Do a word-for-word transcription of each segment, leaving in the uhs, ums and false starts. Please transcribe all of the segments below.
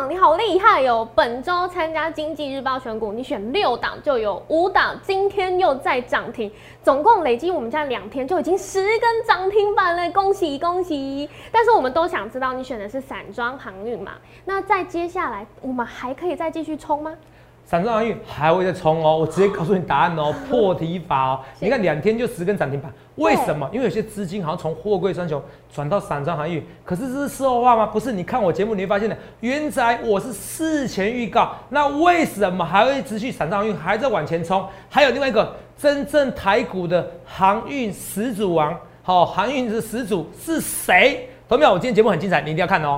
长你好厉害哦！本周参加经济日报选股，你选六档就有五档，今天又再涨停，总共累积我们家两天就已经十根涨停板了，恭喜恭喜！但是我们都想知道你选的是散装航运嘛？那在接下来我们还可以再继续冲吗？ 散装航运还会再冲哦，我直接告诉你答案哦，破题法哦。你看两天就十根涨停板，为什么？因为有些资金好像从货柜三雄转到散装航运，可是这是事后话吗？不是，你看我节目你会发现的，原来我是事前预告。那为什么还会持续散装航运还在往前冲？还有另外一个真正台股的航运始祖王，好、哦，航运的始祖是谁？同学们，我今天节目很精彩，你一定要看哦。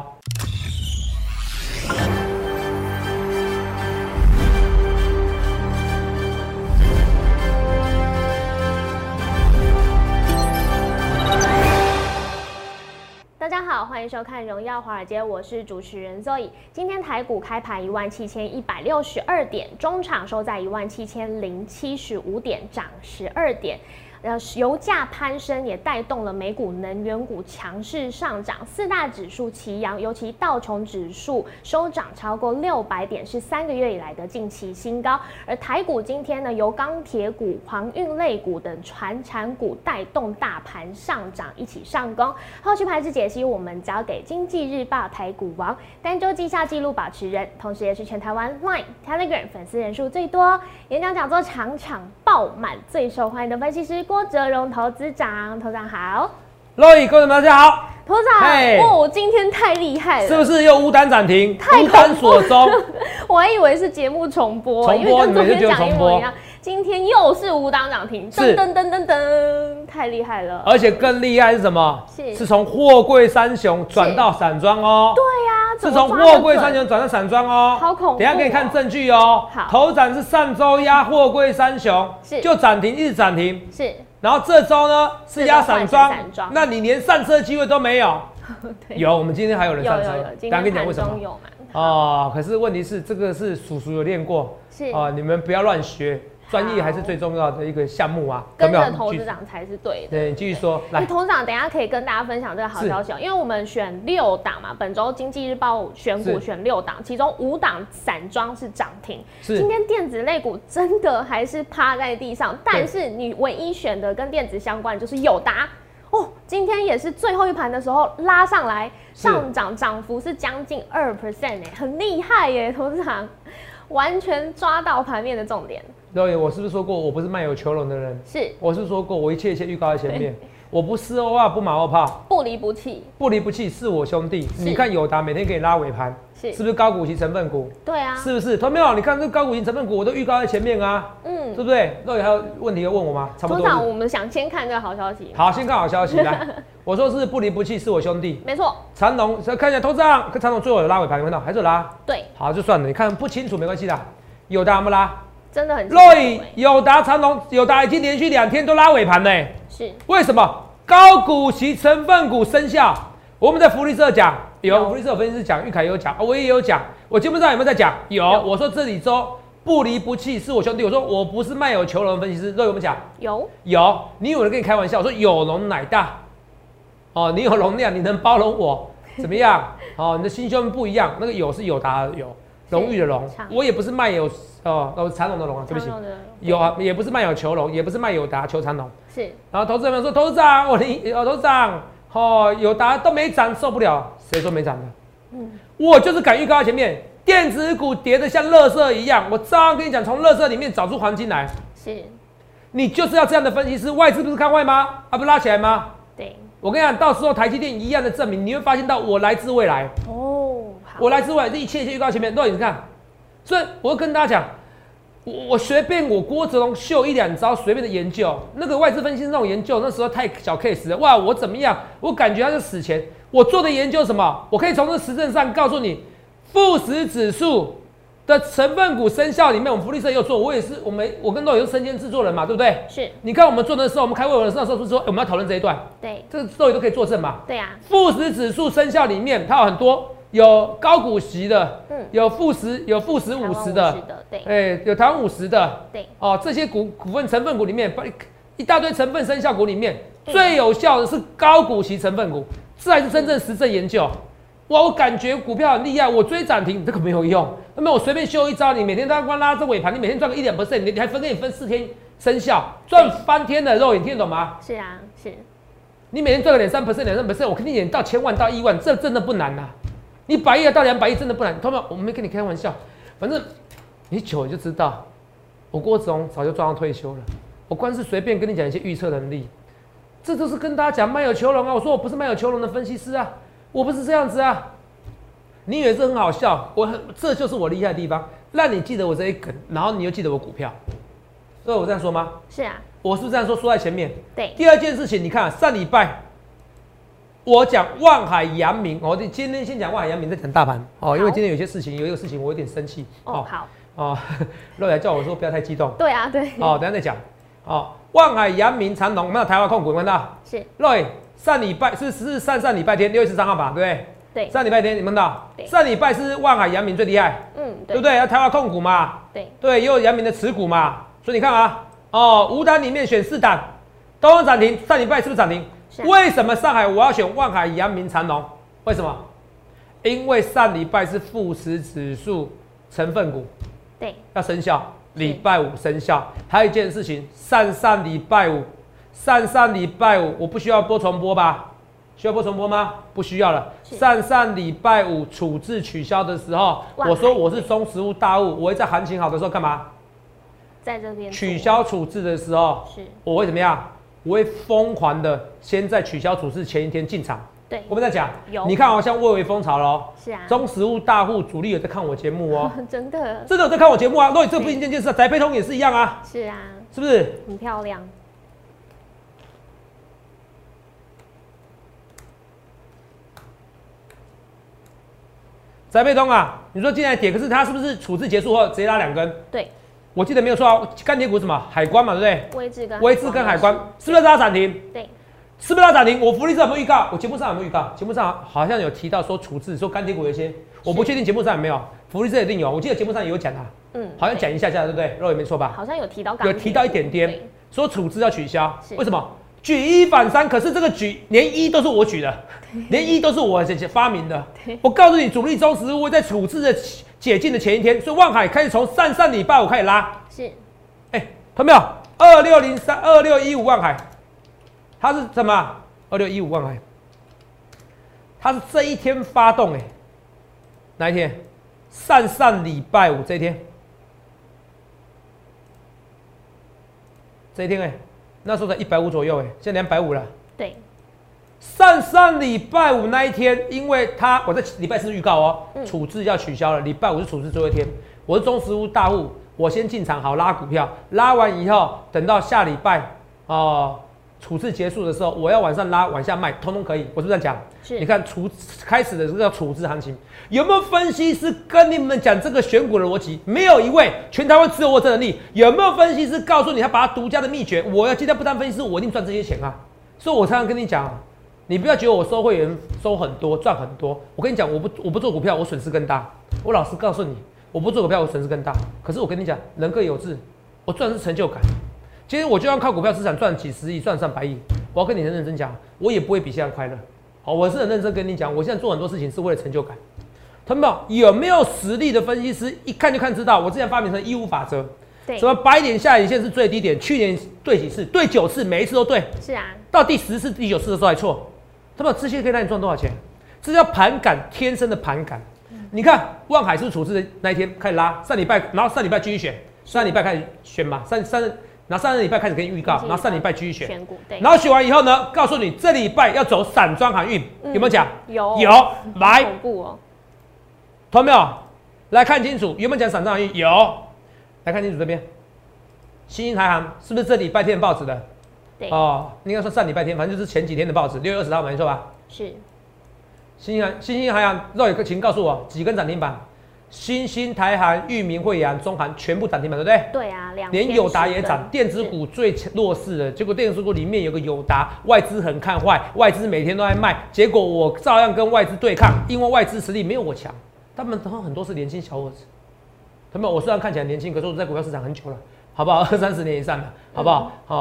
大家好，欢迎收看《荣耀华尔街》，我是主持人 Zoe。今天台股开盘一万七千一百六十二点，中场收在一万七千零七十五点，涨十二点。呃，油价攀升也带动了美股能源股强势上涨，四大指数齐扬，尤其道琼指数收涨超过六百点，是三个月以来的近期新高。而台股今天呢，由钢铁股、航运类股等传产股带动大盘上涨，一起上攻。后续盘势解析，我们交给经济日报台股王、单周绩效纪录保持人，同时也是全台湾 Line、Telegram 粉丝人数最多、演讲讲座场场爆满、最受欢迎的分析师郭哲荣投资长，投资长好。 Roy， 各位大家好。 投资长，哦，今天太厉害了， 是不是又乌单涨停？ 太乌单锁中， 我还以为是节目重播， 重播， 因为跟昨天讲一模一样。今天又是五档涨停，噔噔噔噔噔，太厉害了！ 而且更厉害是什么？ 是是从货柜三雄转到散装哦。 对呀、啊， 是从货柜三雄转到散装哦。 好恐怖、哦！ 等一下给你看证据哦。 好， 头涨是上周压货柜三雄， 是就涨停，一直涨停。 是。 然后这周呢是压散装，那你连上车机会都没有。有，我们今天还有人上车。 有有有，今天盘中有嘛？ 哦，可是问题是这个是叔叔有练过， 是哦，你们不要乱学。专业还是最重要的一个项目啊， 跟着投资长才是对的。 对，你继续说。来， 投资长等一下可以跟大家分享这个好消息哦，因为我们选六档嘛，本周经济日报选股选六档，其中五档散装是涨停。今天电子类股真的还是趴在地上，但是你唯一选的跟电子相关的就是友达哦，今天也是最后一盘的时候拉上来，上涨涨幅是将近二 percent 哎，很厉害耶，投资长完全抓到盘面的重点。 对，我是不是说过我不是卖友求荣的人？ 是， 我是说过我一切一切预告在前面，我不事后啊，不马后炮， 不离不弃， 不离不弃是我兄弟。你看友达每天给你拉尾盘， 是是不是高股息成分股？ 对啊， 是不是？同没有？你看这高股息成分股我都预告在前面啊，嗯，对不对？那还有问题要问我吗？差不多。 通常我们想先看这个好消息。 好，先看好消息来。我说是不离不弃是我兄弟， 没错。 长荣看一下头上，跟长荣最后有拉尾盘，有看到？还是有拉？ 对。 好，就算了，你看不清楚没关系的。友达有没有拉？ 真的很。 Roy， 友达、长荣、友达已经连续两天都拉尾盘嘞。 是。 为什么？高股息成分股生效。我们在福利社讲，有福利社有分析师讲，玉凯也有讲，我也有讲。我节目上有没有在讲？有。我说这里周不离不弃是我兄弟。我说我不是卖友求荣的分析师。Roy有没有讲？ 有。 有。你以为我跟你开玩笑？我说有容乃大。哦，你有容量，你能包容我，怎么样？哦，你的心胸不一样。那个友是友达的友。荣誉的荣，我也不是卖友哦哦长荣的荣啊，对不起，有啊，也不是卖友求荣，也不是卖友达求长荣， 是。 然后投资人们说，投资长，我你哦投资长，哦友达都没涨，受不了，谁说没涨的？嗯，我就是敢预告在前面，电子股跌得像垃圾一样，我照样跟你讲，从垃圾里面找出黄金来。 是。你就是要这样的分析师，外资不是看坏吗？啊，不拉起来吗？ 对。我跟你讲，到时候台积电一样的证明，你会发现到我来自未来。 哦。 我来自未来，这一切一切预告前面，对，你看，所以我会跟大家讲，我我随便我郭哲荣秀一两招随便的研究，那个外资分析师那种研究，那时候太小 case 了，哇，我怎么样？我感觉他是死钱。我做的研究什么？我可以从这实证上告诉你，富时指数的成分股生效里面，我们福利社也有做，我也是，我们我跟豆也是身兼制作人嘛，对不对？ 是。你看我们做的时候，我们开会的时候，不是说、欸、我们要讨论这一段？ 对。 这个豆也都可以作证嘛？ 对啊。 富时指数生效里面，它有很多。有高股息的，嗯，有富时有富时五十的， 对， 哎、欸，有台湾五十的， 对， 哦，这些股股份成分股里面，一大堆成分生效股里面，最有效的是高股息成分股，这才是真正实证研究。 哇，我感觉股票很厉害，我追涨停，这个没有用。那么我随便修一招，你每天都要光拉着尾盘，你每天赚个一两 percent， 你还分给你分四天生效，赚翻天的肉，你听得懂吗？ 是啊，是。 你每天赚个两三 percent， 两三 percent， 我跟你讲，到千万到亿万，这真的不难呐、啊。你百亿到两百亿真的不难，同学们，我没跟你开玩笑，反正你久了就知道，我郭子龙早就赚到退休了。我光是随便跟你讲一些预测能力，这都是跟大家讲卖有求龙啊。我说我不是卖有求龙的分析师啊，我不是这样子啊。你以为这很好笑？我很，这就是我厉害的地方，让你记得我这一梗，然后你又记得我股票。对，我这样说吗？ 是啊。 我是不是这样说？说在前面。 对。 第二件事情，你看、啊、上礼拜我讲万海阳明，我、哦、今天先讲万海阳明，再讲大盘哦，因为今天有些事情，有一个事情我有点生气。 哦，好。 哦，肉仔叫我说不要太激动。 对啊，对。 哦，等一下再讲。哦，万海、阳明、长隆，有没有台湾控股？有没有看到？ 是。 对，上礼拜是是上上礼拜天六月十三号吧，对不对？ 对。 上礼拜天你们看到？上礼拜是万海、阳明最厉害，嗯，对，对不对？要台湾控股嘛， 对对，也有阳明的持股嘛，所以你看啊，哦，五档里面选四档，都有涨停。上礼拜是不是涨停？是、啊。为什么上海我要选万海、阳明、长隆？为什么？因为上礼拜是富时指数成分股， 对， 要生效。礼拜五生效，还有一件事情，上上礼拜五，上上礼拜五我不需要播重播吧？需要播重播吗？不需要了。上上礼拜五处置取消的时候，我说我是中实物大户，我会在行情好的时候干嘛？ 在这边取消处置的时候，是我会怎么样？我会疯狂的先在取消处置前一天进场。 对， 我们在讲，你看好像蔚为风潮喽， 是啊， 中实物大户主力有在看我节目哦， 真的， 真的有在看我节目啊。若你这不一件件事，宅配通也是一样啊， 是啊， 是不是？ 很漂亮。 宅配通啊，你说进来跌，可是它是不是处置结束后直接拉两根？ 对， 我记得没有错啊。钢铁股是什么？海关嘛，对不对？ 威智跟威智跟海关是不是拉涨停？ 对。 是不是要涨停？我福利社有没有预告？我节目上有没有预告？节目上好像有提到说处置，说钢铁股有一些，我不确定节目上有没有，福利社一定有。我记得节目上也有讲啊，嗯，好像讲一下下，对不对？肉也没错吧？ 好像有提到， 有提到一点点，说处置要取消，为什么？举一反三，可是这个举连一都是我举的，连一都是我发明的。我告诉你，主力中实物在处置的解禁的前一天，所以万海开始从上上礼拜五开始拉， 是， 哎、欸，看到没有？二六零三二六一五万海。它是什么？二六一五万海，它是这一天发动哎、欸，哪一天？上上礼拜五这一天，这一天哎、欸，那时候才一百五左右哎、欸，现在两百五了。 对， 上上礼拜五那一天，因为它我在礼拜四预告哦、喔，处置要取消了，礼拜五是处置最后一天。我是中实物大户，我先进场好拉股票，拉完以后，等到下礼拜哦。呃处置结束的时候，我要往上拉、往下卖，通通可以。我是不是这样讲？是。你看处开始的这个叫处置行情，有没有分析师跟你们讲这个选股的逻辑？没有一位，全台湾只有我这能力。有没有分析师告诉你他把他独家的秘诀？我要今天不当分析师，我一定赚这些钱啊！所以我常常跟你讲，你不要觉得我收会员收很多、赚很多。我跟你讲，我不我不做股票，我损失更大。我老实告诉你，我不做股票，我损失更大。可是我跟你讲，人各有志，我赚的是成就感。今天我就要靠股票市场赚几十亿、赚上百亿，我要跟你很认真讲，我也不会比现在快乐。好，我是很认真跟你讲，我现在做很多事情是为了成就感。同学们有没有实力的分析师，一看就看知道，我之前发明成一五法则，对，什么白点下影线是最低点，去年对几次？对九次，每一次都对。 是啊。 到第十次、第九次的时候还错。同学们，这些可以让你赚多少钱？这叫盘感，天生的盘感。嗯、你看万海是处置的那一天开始拉，上礼拜，然后上礼拜继续选，上礼拜开始选吧，上上。然后上个礼拜开始给你预告，然后上礼拜继续选，选股对，然后选完以后呢，告诉你这礼拜要走散装航运，嗯、有没有讲？ 有有，来， 恐怖哦， 同没有？来看清楚，有没有讲散装航运？有，来看清楚这边，新兴台航是不是这礼拜天的报纸的？对，哦，应该说上礼拜天，反正就是前几天的报纸，六月二十号没错吧？是，新兴新兴海洋，肉友请告诉我几根涨停板？新兴、台韩、裕民、惠阳、中韩全部涨停板，对不对？ 对啊，两连友达也涨，电子股最弱势的。结果电子股里面有个友达，外资很看坏，外资每天都在卖，结果我照样跟外资对抗，因为外资实力没有我强，他们都很多是年轻小伙子。他们我虽然看起来年轻，可是我在股票市场很久了，好不好？二三十年以上的，好不好？嗯、哦，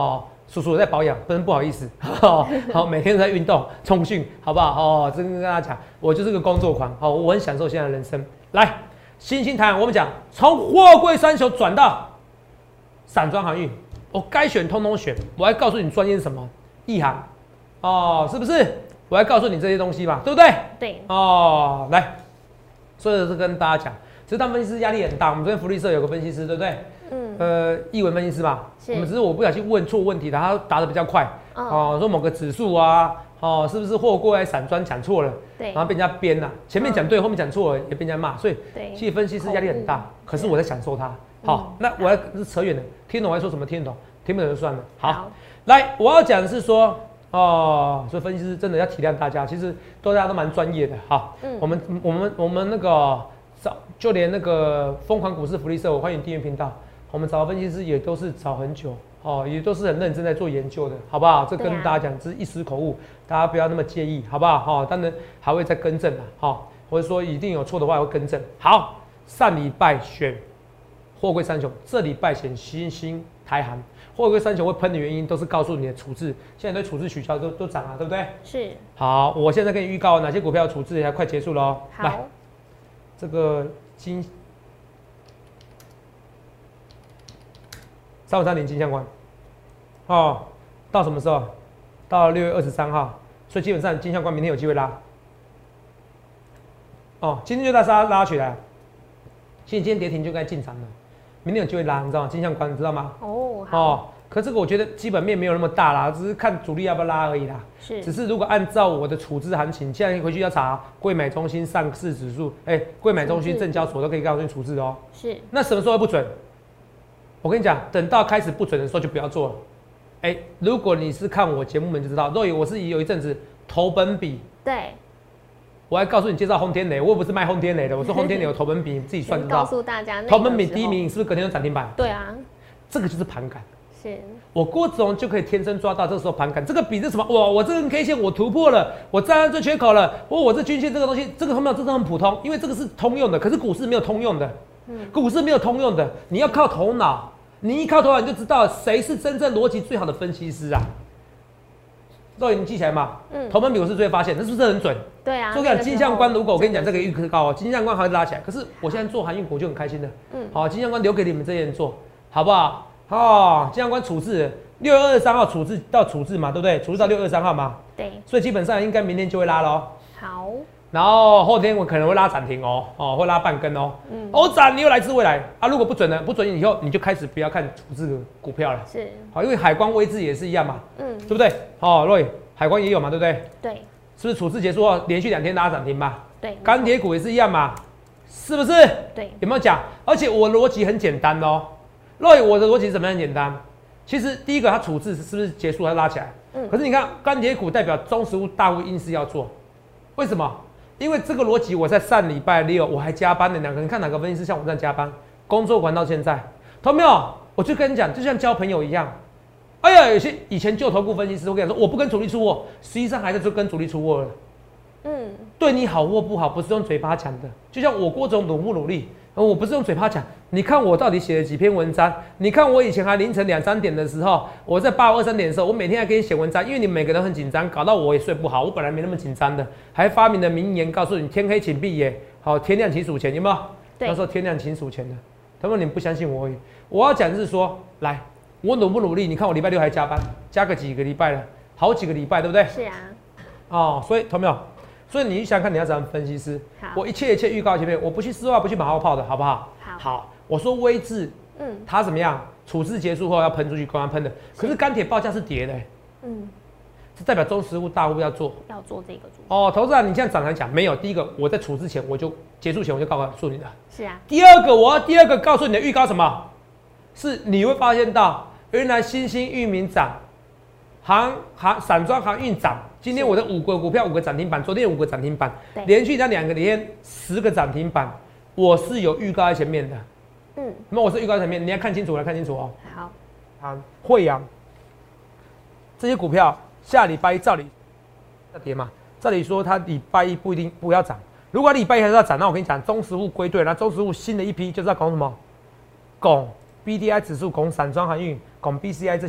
叔叔在保养，真不好意思。好，每天都在运动、重训，好不好？哦，真跟大家讲，我就是个工作狂。好，我很享受现在的人生。来，新兴台湾，我们讲从货柜三雄转到散装航运，我该选通通选。我还告诉你专业是什么，一航，哦，是不是？我还告诉你这些东西吧，对不对？ 对。 哦，来，所以是跟大家讲，其实当分析师压力很大。我们这边福利社有个分析师，对不对？嗯。呃，译文分析师吧。是。我们只是我不小心问错问题了，他答得比较快。哦。哦，说某个指数啊，哦，是不是货柜散装讲错了？对。然后被人家编了，前面讲对，后面讲错了，也被人家骂。所以，其实分析师压力很大。可是我在享受它。好，那我要是扯远了，听懂我在说什么？听得懂，听不懂就算了。好，来，我要讲的是说。哦，所以分析师真的要体谅大家，其实大家都蛮专业的哈。嗯，我们我们我们那个找，就连那个疯狂股市福利社，我欢迎订阅频道。我们找的分析师也都是找很久哦，也都是很认真在做研究的，好不好？这跟大家讲，只是一时口误，大家不要那么介意，好不好？哈、哦，当然还会再更正的，哈、哦，或者说一定有错的话会更正。好，上礼拜选货柜三雄，这礼拜选新兴台航。货柜三雄会喷的原因都是告诉你的处置，现在对处置取消都都涨了，对不对？是。好，我现在跟你预告哪些股票处置还快结束了哦。来，这个金三五三零金相关，哦，到什么时候？到六月二十三号，所以基本上金相关明天有机会拉。哦，今天就拉拉拉起来，其实今天跌停就该进场了。明天有机会拉，你知道吗？金相关你知道吗？哦，哦，可这个我觉得基本面没有那么大啦，只是看主力要不要拉而已啦。是，只是如果按照我的处置行情，现在回去要查柜买中心上市指数，哎、欸，柜买中心证交所都可以告诉你处置哦。是，那什么时候会不准？我跟你讲，等到开始不准的时候就不要做了。哎、欸，如果你是看我节目们就知道，若以我是有一阵子投本比，对。我还告诉你介绍轰天雷，我又不是卖轰天雷的，我说轰天雷有投本比，你自己算得到。 告诉大家， 投本比第一名是不是隔天就涨停板？ 对啊， 这个就是盘感。是，我郭子龙就可以天生抓到这时候盘感。这个比是什么？哇，我这根 K 线我突破了，我站上最缺口了。我我这均线这个东西，这个后面真的很普通，因为这个是通用的，可是股市没有通用的。嗯，股市没有通用的，你要靠头脑，你一靠头脑你就知道谁是真正逻辑最好的分析师啊。肉眼你记起来嘛？嗯，投本比我是最发现，这是不是很准？对啊。所以讲金相关，如果我跟你讲这个预科高哦，金相关还会拉起来。可是我现在做航运股就很开心的。嗯，好，金相关留给你们这些人做，好不好？哦，金相关处置六月二十三号处置到处置嘛，对不对？处置到六月二十三号嘛。对。所以基本上应该明天就会拉咯。好。然后后天我可能会拉涨停哦，哦，会拉半根哦。嗯。欧涨你又来自未来啊？如果不准呢？不准以后你就开始不要看处置的股票了。是。好，因为海光威智也是一样嘛。嗯。对不对？哦，瑞海光也有嘛，对不对？对。是不是处置结束后连续两天拉涨停嘛？对。钢铁股也是一样嘛，是不是？对。有没有讲？而且我逻辑很简单哦。瑞，我的逻辑怎么样简单？其实第一个它处置是不是结束它拉起来？嗯。可是你看钢铁股代表中实物大户硬是要做，为什么？因为这个逻辑，我在上礼拜六我还加班的两个人，看哪个分析师像我这样加班，工作完到现在，懂没有？我就跟你讲，就像交朋友一样。哎呀，有些以前旧投顾分析师，我跟你说，我不跟主力出货，实际上还在就跟主力出货了。嗯，对你好或不好，不是用嘴巴讲的。就像我郭总努不努力，我不是用嘴巴讲。你看我到底写了几篇文章？你看我以前还凌晨两三点的时候，我在八二三点的时候，我每天还给你写文章，因为你每个人很紧张，搞到我也睡不好。我本来没那么紧张的，还发明了名言，告诉你天黑请闭眼，好天亮请数钱，有没有？那时候天亮请数钱的，他们你们不相信我而已。我要讲的是说，来，我努不努力？你看我礼拜六还加班，加个几个礼拜了，好几个礼拜，对不对？是啊。哦，所以同没有？所以你想看你要怎样分析师？我一切一切预告前面，我不去丝袜，不去马后炮的，好不好？好。好，我说威智，嗯，它怎么样？处置结束后要喷出去，刚刚喷的。可是钢铁报价是跌的、欸，嗯，这代表中实物大户要做， 要做这个做。 哦，投资人，你现在涨来讲没有？第一个，我在处置前我就结束前我就告诉你的。是啊。第二个，我要第二个告诉你的预告什么？是你会发现到，原来新兴域名涨，航航散装航运涨。今天我的五个股票五个涨停板，昨天五个涨停板，连续那两个天十个涨停板，我是有预告在前面的。嗯，那么我是预告在前面，你要看清楚，来看清楚哦。好，好，惠阳这些股票下礼拜一照理要跌嘛？照理说它礼拜一不一定不要涨，如果礼拜一还是要涨，那我跟你讲，中实物归队，那中实物新的一批就是要拱什么？拱 B D I 指数，拱散装航运，拱 B C I 这些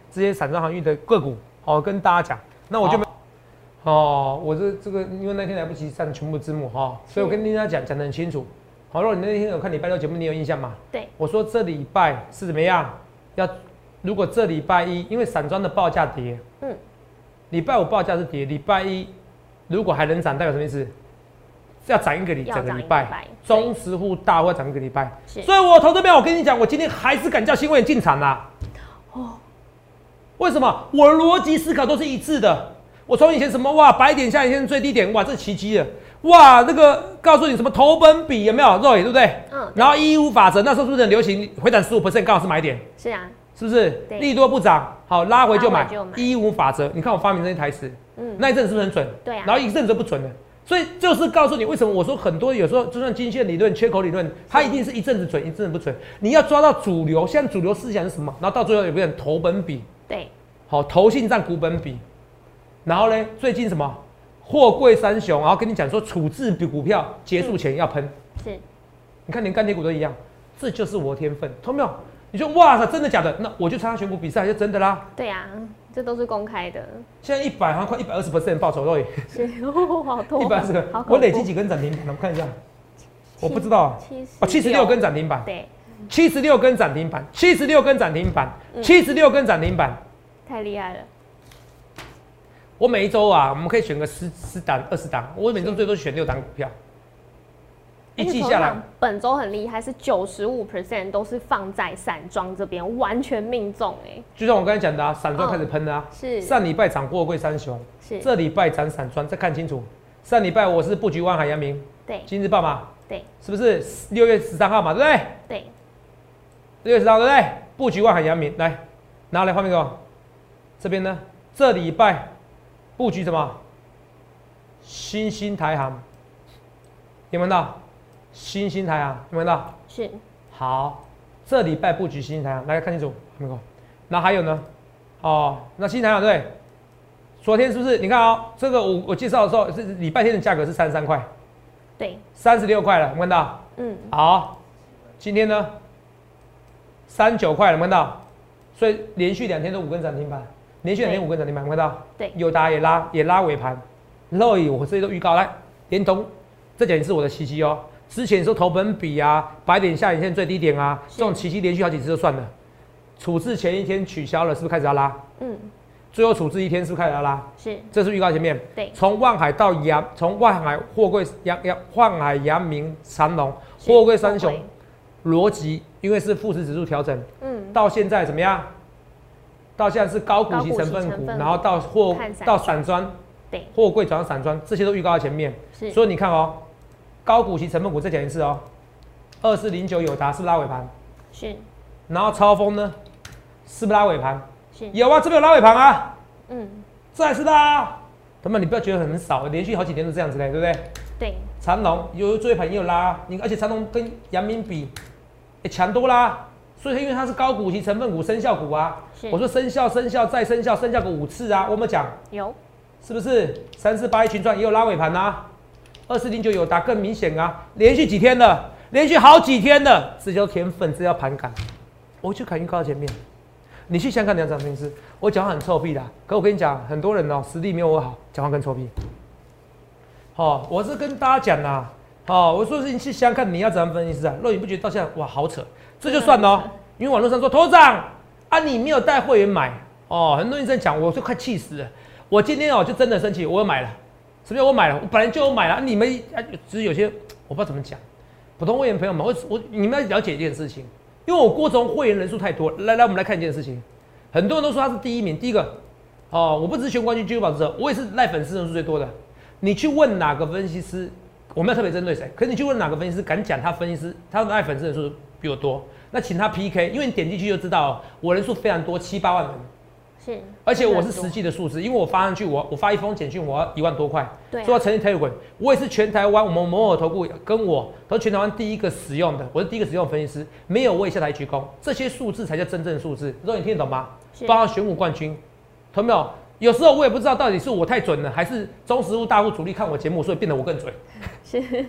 这些散装航运的个股，哦，跟大家讲。那我就没。哦，我这这个因为那天来不及上全部字幕哈、哦，所以我跟大家讲讲得很清楚。好，如果你那天有看礼拜六节目，你有印象吗？ 对， 我说这礼拜是怎么样？要如果这礼拜一，因为散装的报价跌，嗯，礼拜五报价是跌，礼拜一如果还能涨，代表什么意思？要涨一个礼整个礼拜，中实户大会涨一个礼拜。所以我投资票，我跟你讲，我今天还是敢叫新会员进场啦。哦，为什么？我的逻辑思考都是一致的。我从以前什么哇百点下影线最低点，哇这奇迹了。哇，那个告诉你什么投本比有没有肉眼对不对？嗯。然后一五法则那时候是不是很流行？回档十五 percent 刚好是买点。 是啊。是不是？利多不涨，好拉回就买。一五法则，你看我发明这些台词，嗯，那一阵子是不是很准？ 对啊。 然后一阵子就不准了。所以就是告诉你，为什么我说很多有时候就算均线理论、缺口理论，它一定是一阵子准，一阵子不准。你要抓到主流，现在主流思想是什么？然后到最后有没有人投本比？ 对， 好，投信占股本比。然后呢，最近什么货柜三雄，然后跟你讲说处置比股票结束前要喷。是，你看连钢铁股都一样，这就是我的天分，懂没有？你说哇塞，真的假的？那我就参加选股比赛就真的啦。 对啊。这都是公开的。 现在一百好像快一百二十 percent 报酬率， 是哦，好多。 一百二十个，我累积几根涨停板？我们看一下，我不知道。七十哦，七十六根涨停板。 对， 七十六根涨停板，七十六根涨停板，七十六根涨停板， 太厉害了。 我每一周啊，我们可以选个十十档、二十档，我每周最多选六档股票。一季下来， 本周很厉害，是九十五 percent 都是放在散装这边，完全命中哎、欸。 就像我刚才讲的啊，散装开始喷了啊。是。上礼拜涨货柜三雄，是。这礼拜涨散装，再看清楚。上礼拜我是布局万海、阳明，对。今日报嘛，对。是不是六月十三号嘛，对不对？对。六月十三号对不对？布局万海、阳明，来，拿来画面给我。这边呢，这礼拜布局什么？新兴台航，有没有看到？新兴台航有没有看到？是。好，这礼拜布局新兴台航，大家看清楚，有没有？那还有呢？哦，那新兴台航对，昨天是不是？你看哦，这个我我介绍的时候是礼拜天的价格是三十三块，对，三十六块了，有没有看到？嗯。好，今天呢，三十九块了，有没有看到？所以连续两天都五根涨停板，连续两天五根涨停板，有没有看到？对。友达也拉也拉尾盘，肉眼我这些都预告来，连同这点是我的奇迹哦。之前说投本比啊，百点下影线最低点啊，这种奇迹连续好几次就算了。处置前一天取消了，是不是开始要拉？嗯。最后处置一天，是不是开始要拉？是。这是预告前面。对。从万海到阳，从万海货柜阳阳万海、阳明、长荣货柜三雄，逻辑因为是富时指数调整，嗯，到现在怎么样？到现在是高股息成分股，然后到货到散装，对，货柜转到散装，这些都预告在前面。是。所以你看哦。高股息成分股再讲一次哦，二四零九友达是不是拉尾盘？是。然后超丰呢，是不是拉尾盘？是。有啊，这边有拉尾盘啊。嗯。这还是拉。他们你不要觉得很少，连续好几天都这样子嘞，对不对？对。长荣有追盘也有拉，你而且长荣跟阳明比，哎强多啦。所以因为它是高股息成分股、生效股啊。是。我说生效、生效再生效，生效个五次啊，我们讲。有。是不是？三四八一群创也有拉尾盘啊。二四零九友达更明显啊，连续几天了，连续好几天了，这叫天分，这叫盘感。我就砍预告前面，你去想看两场分析，我讲话很臭屁啦，可我跟你讲，很多人哦、喔、实力没有我好，讲话更臭屁。好、喔，我是跟大家讲啦，好、喔，我说是你去想看你要怎样分析啊，若你不觉得到现在哇好扯，这就算了、喔，因为网络上说头长啊你没有带会员买哦、喔，很多人在讲，我就快气死了，我今天哦、喔、就真的生气，我有买了。是不是我买了？我本来就有买了，你们啊，只是有些我不知道怎么讲。普通会员朋友们，我我你们要了解一件事情，因为我郭总会员人数太多。来来，我们来看一件事情，很多人都说他是第一名。第一个，哦，我不只是全冠军、金球保持者，我也是赖粉丝人数最多的。你去问哪个分析师，我们要特别针对谁？可是你去问哪个分析师敢讲他分析师他的赖粉丝人数比我多，那请他 P K， 因为你点进去就知道、哦，我人数非常多，七八万人。是，而且我是实际的数字，因为我发上去，我我发一封简讯，我要一万多块，对、啊，说要成立 Telegram， 我也是全台湾我们某某投顾跟我都是全台湾第一个使用的，我是第一个使用的分析师，没有我也下台鞠躬，这些数字才叫真正的数字，肉你听得懂吗？包括选股冠军，懂没有？有时候我也不知道到底是我太准了，还是中实物大户主力看我节目，所以变得我更准。是，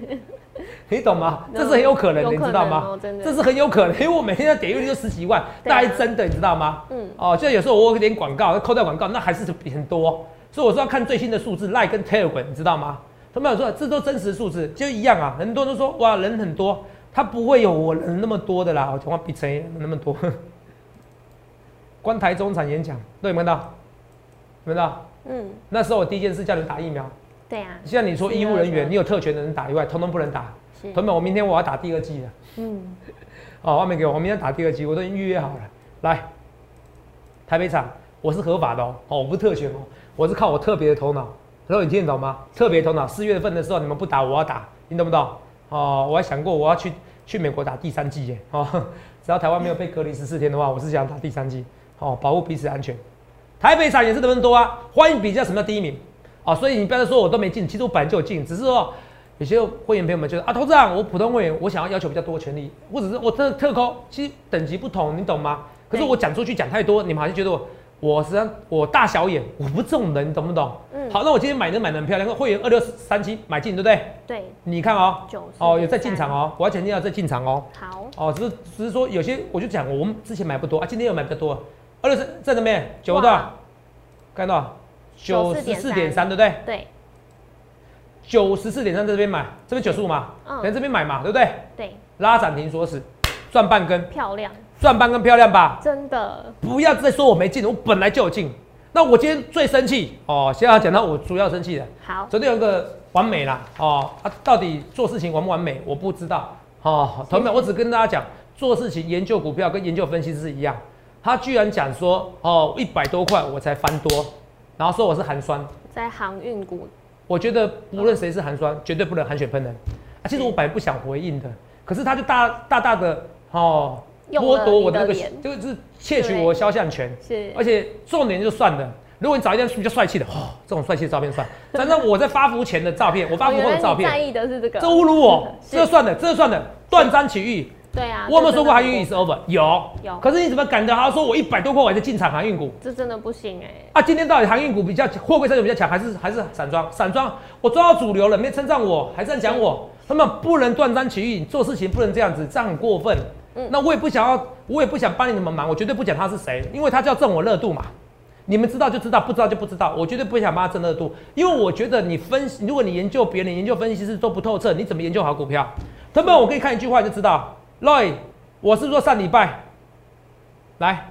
你懂吗？这是很有可能的， 有你知道吗？ 哦、真的， 这是很有可能，因为我每天的点阅率就十几万，那还真的，你知道吗？嗯，哦，就有时候我有点广告，扣掉广告，那还是很多，所以我是要看最新的数字 ，Line 跟 Telegram， 你知道吗？他们有说这都真实数字，就一样啊。很多人都说哇人很多，他不会有我人那么多的啦，我讲话比谁那么多。关台中场演讲，都有没有看到？有没有看到？嗯，那时候我第一件事叫你打疫苗。 对啊。 现在你说医务人员，你有特权的人打以外，通通不能打。是。同学们，我明天我要打第二剂了。嗯。哦，外面给我，我明天打第二剂，我都已经预约好了。来，台北场我是合法的哦，哦，我不是特权哦，我是靠我特别的头脑。然后你听得懂吗？特别头脑，四月份的时候你们不打，我要打，你懂不懂？哦，我还想过我要去去美国打第三剂耶。哦，只要台湾没有被隔离十四天的话，我是想打第三剂。哦，保护彼此安全。台北场也是人很多啊，欢迎比较什么叫第一名哦，所以你不要再说我都没进，其实我本来就有进，只是说有些会员朋友们觉得啊，投资长我普通会员，我想要要求比较多权利，或者是我特特扣，其实等级不同，你懂吗？可是我讲出去讲太多，你们好像觉得我我实际上我大小眼，我不是这种人，你懂不懂？嗯。好，那我今天买的买的很漂亮，会员二六三七买进，对不对？ 对。你看哦，哦有在进场哦，我要强调在进场哦。 好。 哦，只是只是说有些我就讲我们之前买不多啊，今天又买比较多。二六三在那边九多少？看到九十四点三，对不对？ 对。 九十四点三在这边买，这边九十五嘛，嗯，在这边买嘛，对不对？ 对。拉涨停锁死，赚半根， 漂亮。 赚半根漂亮吧？ 真的。 不要再说我没进，我本来就有进。那我今天最生气哦，现在要讲到我主要生气的。 好。 昨天有个完美啦，哦，啊，到底做事情完不完美，我不知道。哦，同学们，我只跟大家讲，做事情研究股票跟研究分析是一样。他居然讲说，哦，一百多块我才翻多，然后说我是寒酸， 在航运股， 我觉得无论谁是寒酸，绝对不能含血喷人。啊，其实我本来不想回应的，可是他就大大大的哦剥夺我的那个，就是窃取我的肖像权。是，而且重点就算了，如果你找一张比较帅气的，哦，这种帅气的照片算，反正我在发福前的照片，我发福后的照片， 在意的是这个， 这侮辱我，这就算了，这就算了，断章取义。 对啊， 我有没有说过航运 is over？ 有， 有。 可是你怎么敢的？他说我一百多块我还在进场航运股， 这真的不行哎、欸。 啊，今天到底航运股比较货柜三雄比较强，还是还是散装？散装我抓到主流了，没称赞我，还在讲我，他们不能断章取义，做事情不能这样子，这样很过分。嗯，那我也不想要，我也不想帮你们忙，我绝对不讲他是谁，因为他叫挣我热度嘛。你们知道就知道，不知道就不知道，我绝对不想帮他挣热度，因为我觉得你分析，如果你研究别人、研究分析师都不透彻，你怎么研究好股票？他们我可以看一句话就知道 ，Roy。我是说上礼拜来，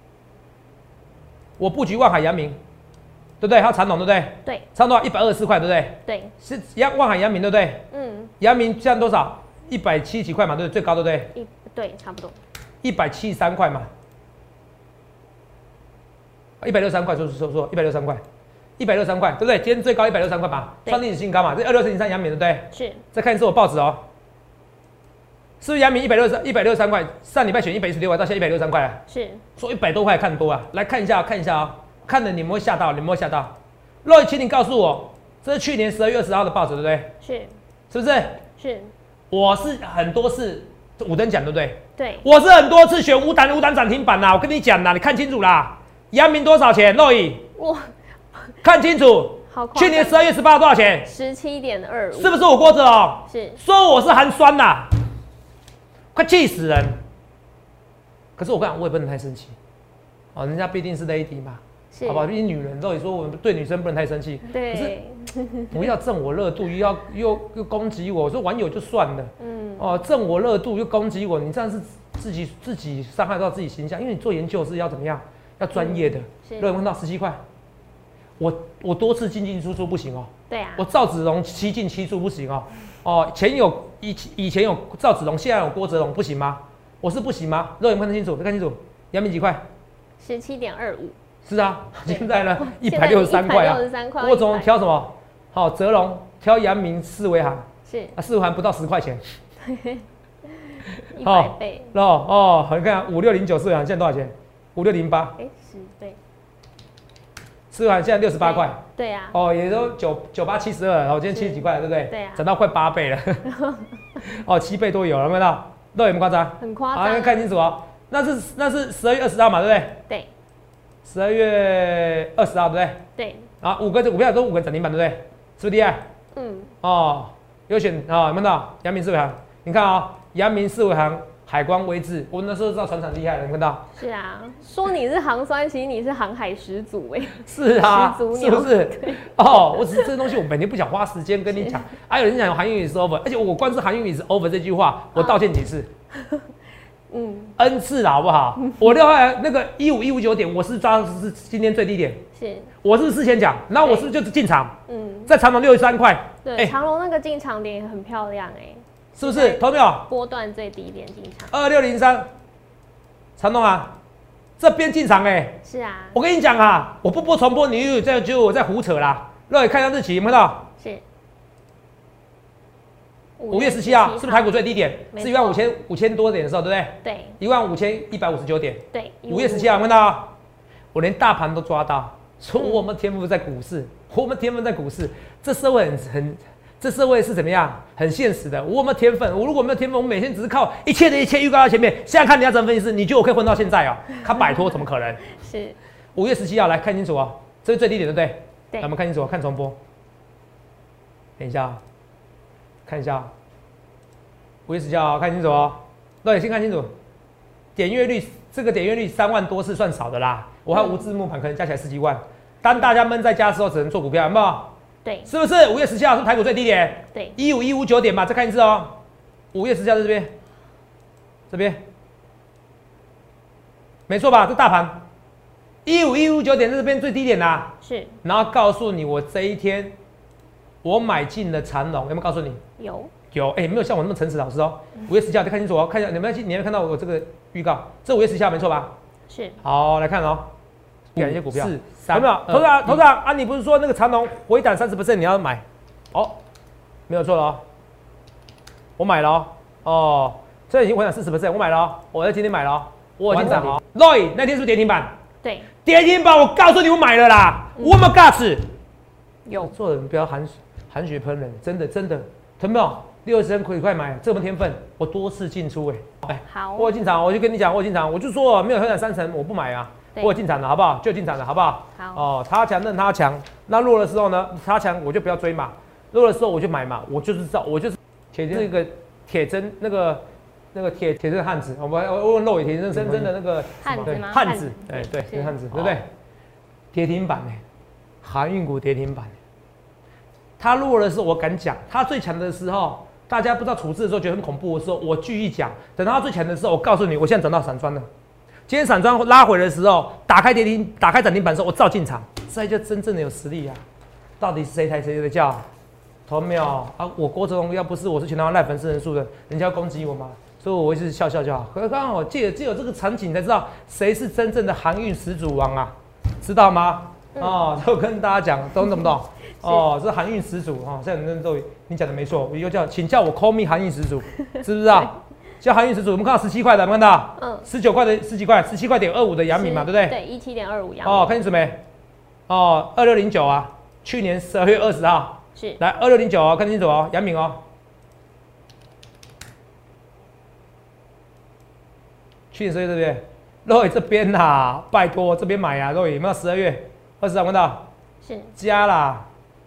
我布局万海阳明，对不对？还有长隆，对不对？ 对。 差不多一百二十四块，对不对？ 对。 是阳万海阳明，对不对？嗯。阳明现在多少？一百七十几块嘛，对不对？最高，对不对？ 一对，差不多。 一百七十三块嘛。一百六十三块，说说说，一百六十三块，一百六十三块，对不对？今天最高一百六十三块嘛，创历史新高嘛，这二六零三阳明，对不对？ 是。 再看一次我报纸哦。是不是阳明一百六十一百六十三块？上礼拜选一百一十六块，到现在一百六十三块了。 是， 说一百多块看多啊！来看一下，看一下啊、哦，看了你们会吓到，你们会吓到。Roy，请你告诉我，这是去年十二月二十号的报纸，对不对？ 是， 是不是？ 是。我是很多次五等奖，对不对？ 对。 我是很多次选五档五档涨停板啦，我跟你讲啦，你看清楚啦。阳明多少钱 ？Roy， 哇，看清楚。 好， 去年十二月十八号多少钱？ 十七点二五。 是不是我郭子哦？ 是。 说我是寒酸呐。快气死人！可是我跟你讲，我也不能太生气，哦，人家毕竟是 lady 嘛，好不好？毕竟女人，到底说我们对女生不能太生气， 对， 可是不要挣我热度，又要又又攻击我，我说网友就算了，嗯，哦，挣我热度又攻击我，你这样是自己自己伤害到自己形象，因为你做研究是要怎么样？要专业的。是。有人问到十七块，我我多次进进出出不行哦， 对啊， 我赵子龙七进七出不行哦。哦，前有以以前有赵子龙，现在有郭哲龙，不行吗？我是不行吗？肉眼看得清楚，看清楚。阳明几块？ 十七点二五。 是啊，现在呢一百六十三块啊。郭总挑什么？好、哦，泽龙挑阳明四维行。是啊，四维行不到十块钱。 一百倍。 哦哦，你看五六零九四维行现在多少钱？五六零八。 哎，十倍。 四维行现在六十八块。 对呀、啊。 哦，也都九九八七十二，然后今天七十几块，对不对？ 对啊。 涨到快八倍了。哦，七倍都有了，有没有看到？都有没有夸张？ 很夸张。 好，看清楚哦。那是那是十二月二十号嘛，对不对？ 对。 十二月二十号，对不对？ 对。 啊，五个股票都五个涨停板，对不对？是不是厉害？嗯。哦，有有选啊，有没有看到阳明四维行？你看啊、哦，阳明四维行。海光威智，我那时候知道船厂厉害了，你看到？ 是啊，说你是航酸，其实你是航海始祖哎。 是啊，是不是？哦，我只是这个东西，我每天不想花时间跟你讲。还、啊、有人讲韩语是 over， 而且我光是韩语是 over 这句话，我道歉几次？嗯 ，n 次了，好不好？我另外那个一五一五九点，我是抓的是今天最低点。是。我是事先讲，然后我是不是就进场？嗯。在长隆六十三块。 对，欸、长隆那个进场点也很漂亮哎、欸。 是不是？投没有？ 波段最低点进场。 二六零三，长隆啊，这边进场哎、欸。 是啊。我跟你讲啊，我不播重播，你又在觉得我在胡扯啦。让你看一下日期，有没有看到？是。五月十七号，是不是台股最低点？是一万五千五千多点的时候，对不对？对。一万五千一百五十九点。对。五月十七号，有没有看到？我连大盘都抓到，说我们天赋在股市，我们天分在股市，这社会很很。这社会是怎么样？很现实的。我有没有天分？我如果没有天分，我每天只是靠一切的一切预告到前面。现在看你要怎么分析师，你觉得我可以混到现在哦？他摆脱怎么可能？是五月十七号来看清楚哦，这是最低点，对不对？对。咱们看清楚，看重播。等一下、哦，看一下、哦。五月十七号看清楚哦。对，先看清楚。点阅率，这个点阅率三万多是算少的啦。我还有无字幕盘，可能加起来十几万。当大家闷在家的时候，只能做股票，有没有？对，是不是五月十七号是台股最低点？对，一五一五九点嘛，再看一次哦。五月十七号在这边，这边，没错吧？这大盘一五一五九点在这边最低点啦。是，然后告诉你我这一天我买进了长荣，有没有告诉你？有，有，哎、欸，没有像我那么诚实老师哦。五、嗯、月十七号再看清楚哦，看一下你们你有看到我这个预告？这五月十七号没错吧？是，好来看哦。改一些股票，是有没有？投资长，投资长啊，你不是说那个长荣回档三十 percent 你要买？哦，没有错了哦，我买了哦，哦，这已经回档四十 percent， 我买了哦，我在今天买了哦，我已经涨了。Roy 那天是不是跌停板？对，跌停板，我告诉你我买了啦，嗯、我有没有 guts？ 有，做人不要含含血喷人，真的真的，有没有？六十升可以快买，这么天分，我多次进出哎、欸，哎，好，我有进场，我就跟你讲，我有进场，我就说没有回档三成，我不买啊。我有进场了，好不好？就进场了，好不好？好哦，他强任他强，那弱的时候呢，他强我就不要追嘛，弱的时候我就买嘛，我就是知道，我就是铁那个铁针那个那个铁铁针汉子，我们我问肉也铁针真真的那个汉子吗？ 汉子，哎对，是汉子，对不对？跌停板哎，航运股跌停板，他弱的时候我敢讲，他最强的时候，大家不知道处置的时候觉得很恐怖的时候，我继续讲，等到他最强的时候，我告诉你，我现在涨到散装了。今天散装拉回的时候，打开跌停，打开涨停板的时候，我照进场，这就真正的有实力啊！到底是谁抬谁的轿？投没有啊？我郭哲龙要不是我是全台湾赖粉丝人数的，人家要攻击我吗？所以我一直笑笑就好。可是刚好借借有这个场景，才知道谁是真正的航运始祖王啊，知道吗？嗯、哦，我跟大家讲，懂懂不懂？哦，这是航运始祖哦，现在人都你讲的没错，我以后叫请叫我 call me 航运始祖，是不是啊？叫航运始祖，我们看到十七块的，有没有看到？嗯，十九块的十几块，十七块点二五的阳明嘛，对不对？ 对，一七点二五阳明。 哦，看清楚没？哦，二六零九啊，去年十二月二十号。是。来，二六零九哦，看清楚哦，阳明哦。去年十二月对不对？肉这边啦，拜托这边买啊，肉有没有十二月二十号看到？是。加啦。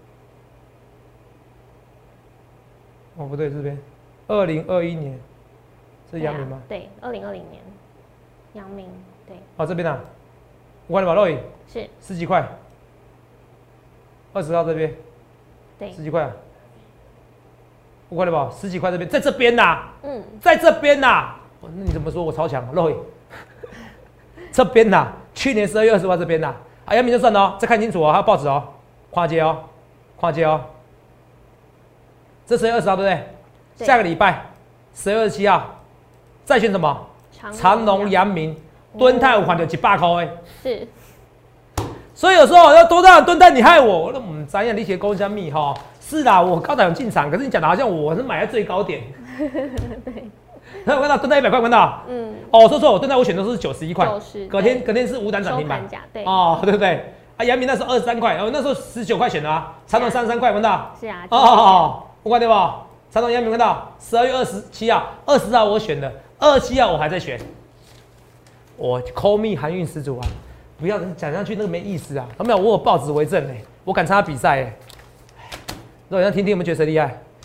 哦，不对，这边。二零二一年是阳明吗？ 对，二零二零年，阳明对。 哦，这边啊，五块的吧，肉影是十几块，二十号这边， 对， 十几块啊，五块的吧，十几块这边，在这边呐、啊，嗯，在这边呐、啊，那你怎么说我超强，肉影？这边呐、啊，去年十二月二十号这边呐、啊，啊，阳明就算了哦，再看清楚哦，还有报纸哦，跨界哦，跨界哦，这十月二十号对不对？下个礼拜十月二十七号，再选什么？长荣、阳明、敦泰，有款就一百块哎。是。所以有时候要多让敦泰你害我，我都唔知呀，你写公虾米哈？是啦，我高档有进场，可是你讲的好像我是买在最高点。对。那我看到敦泰一百块，看到？嗯。哦，说错，我敦泰我选的是九十一块，隔天隔天是五档涨停板。对。哦，对不对？啊，阳明那时候二十三块，哦，那时候十九块选的啊，长荣三十三块，看到？是啊。哦哦哦，五块对不？长荣阳明看到十二月二十七号、二十号我选的，二十七号我还在选。我 call me 航运始祖啊！不要讲上去那个没意思啊！有没有？我有报纸为证哎、欸，我敢参加比赛哎、欸。让人家听听，有没有觉得谁厉害？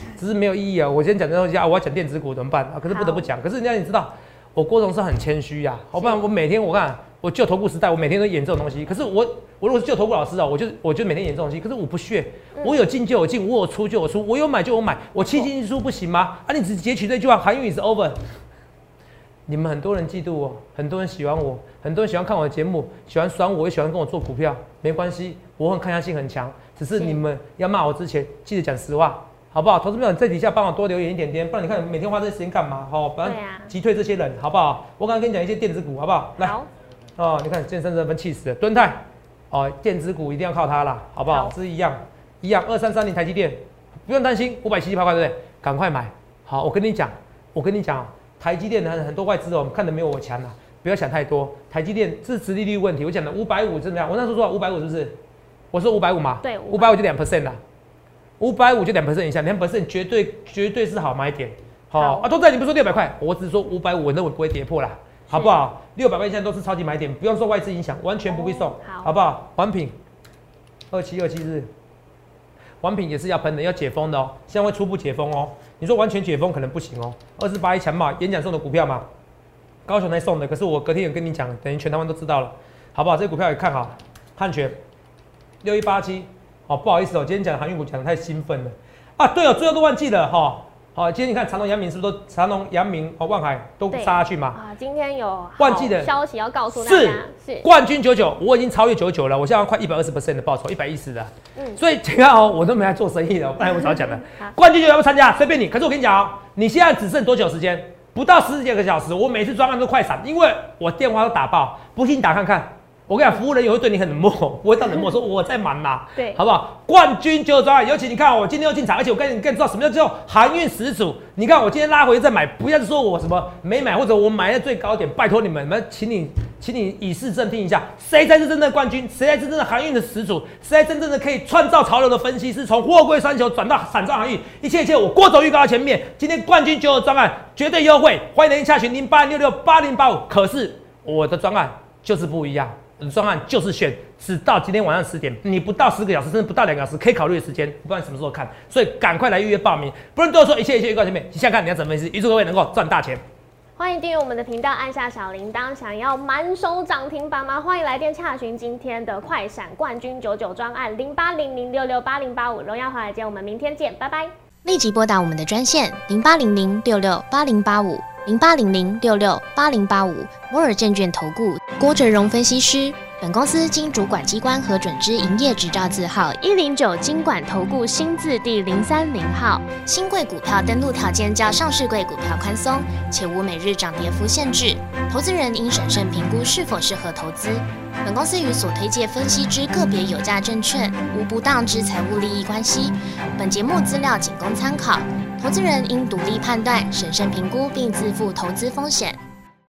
只是没有意义啊。我先讲这东西啊，我要讲电子股怎么办啊？可是不得不讲。可是人家你知道，我郭董是很谦虚呀，好不然我每天我看我旧投顾时代，我每天都演这种东西。可是我我如果是旧投顾老师啊，我就我就每天演这种东西。可是我不屑，我有进就有进，我有出就有出，我有买就有买，我七进一出不行吗？啊，你只截取这句话，韩语 is over。你们很多人嫉妒我，很多人喜欢我，很多人喜欢看我的节目，喜欢酸我，也喜欢跟我做股票，没关系，我很抗压性很强。只是你们要骂我之前，记得讲实话，好不好？投资朋友在底下帮我多留言一点点，不然你看每天花这些时间干嘛？好，不然击退这些人，好不好？我刚刚跟你讲一些电子股，好不好？来，好哦，你看健身这分气死了，敦泰哦，电子股一定要靠它啦，好不好？是一样一样，二三三零台积电，不用担心，五百七十八块，对不对？赶快买。好，我跟你讲，我跟你讲。台积电很很多外资哦，看的没有我强啊，不要想太多。台积电是殖利率问题，我讲的五百五怎么样？我那时候说五百五是不是？我说五百五嘛， 对， 五百五就两 percent 啦，五百五就两 percent 以下，两 percent 绝对绝对是好买点。好啊，都在你不说六百块，我只是说五百五，我认为不会跌破啦，好不好？六百块现在都是超级买点，不用受外资影响，完全不必受，哦、好, 好不好？环品二七二七日，环品也是要喷的，要解封的哦，现在会初步解封哦。你说完全解封可能不行哦，二四八一强嘛，演讲送的股票嘛，高雄来送的，可是我隔天有跟你讲，等于全台湾都知道了，好不好？这股票也看好，汉泉六一八七，好不好意思哦，今天讲航运股讲的太兴奋了啊，对哦，最后都忘记了哈。哦好，今天你看长荣、阳明是不是都长荣、阳明、哦万海都杀下去嘛？ 啊，今天有忘记的消息要告诉大家，是是冠军九九，我已经超越九九了，我现在快一百二十 percent 的报酬，一百一十的。嗯，所以你看哦，我都没来做生意的，不然我早讲了。冠军九九要不要参加？随便你。可是我跟你讲哦，你现在只剩多久时间？不到十几个小时，我每次专案都快闪，因为我电话都打爆，不信你打看看。我跟你讲，服务人员会对你很冷漠，不会到冷漠，说我在忙啦， 对， 好不好？冠军九九专案，尤其你看我今天又进场，而且我跟你更知道什么叫做航运始祖。你看我今天拉回再买，不要说我什么没买，或者我买在最高点，拜托你们，们请你，请你以示正听一下，谁才是真正的冠军？谁才是真正的航运的始祖？谁才真正的可以创造潮流的分析师？从货柜三雄转到散装航运，一切一切我郭总预告到前面。今天冠军九九专案绝对优惠，欢迎您洽询零八六六八零八五。可是我的专案就是不一样。专案就是选，只到今天晚上十点，你不到十个小时，甚至不到两个小时可以考虑的时间，不管你什么时候看，所以赶快来预约报名。不论对我说一切一切预告前面，你想看你要怎么分析，预祝各位能够赚大钱。 欢迎订阅我们的频道，按下小铃铛。想要满手涨停板吗？欢迎来电洽询今天的快闪冠军九九专案零八零零六六八零八五。荣耀华尔街，我们明天见，拜拜。 立即拨打我们的专线零八零零六六八零八五零八零零六六八零八五摩尔证券投顾郭哲荣分析师。本公司经主管机关核准之营业执照字号一零九金管投顾新字第零三零号。新贵股票登录条件较上市贵股票宽松，且无每日涨跌幅限制。投资人应审慎评估是否适合投资。本公司与所推介分析之个别有价证券无不当之财务利益关系。本节目资料仅供参考，投资人应独立判断、审慎评估并自负投资风险。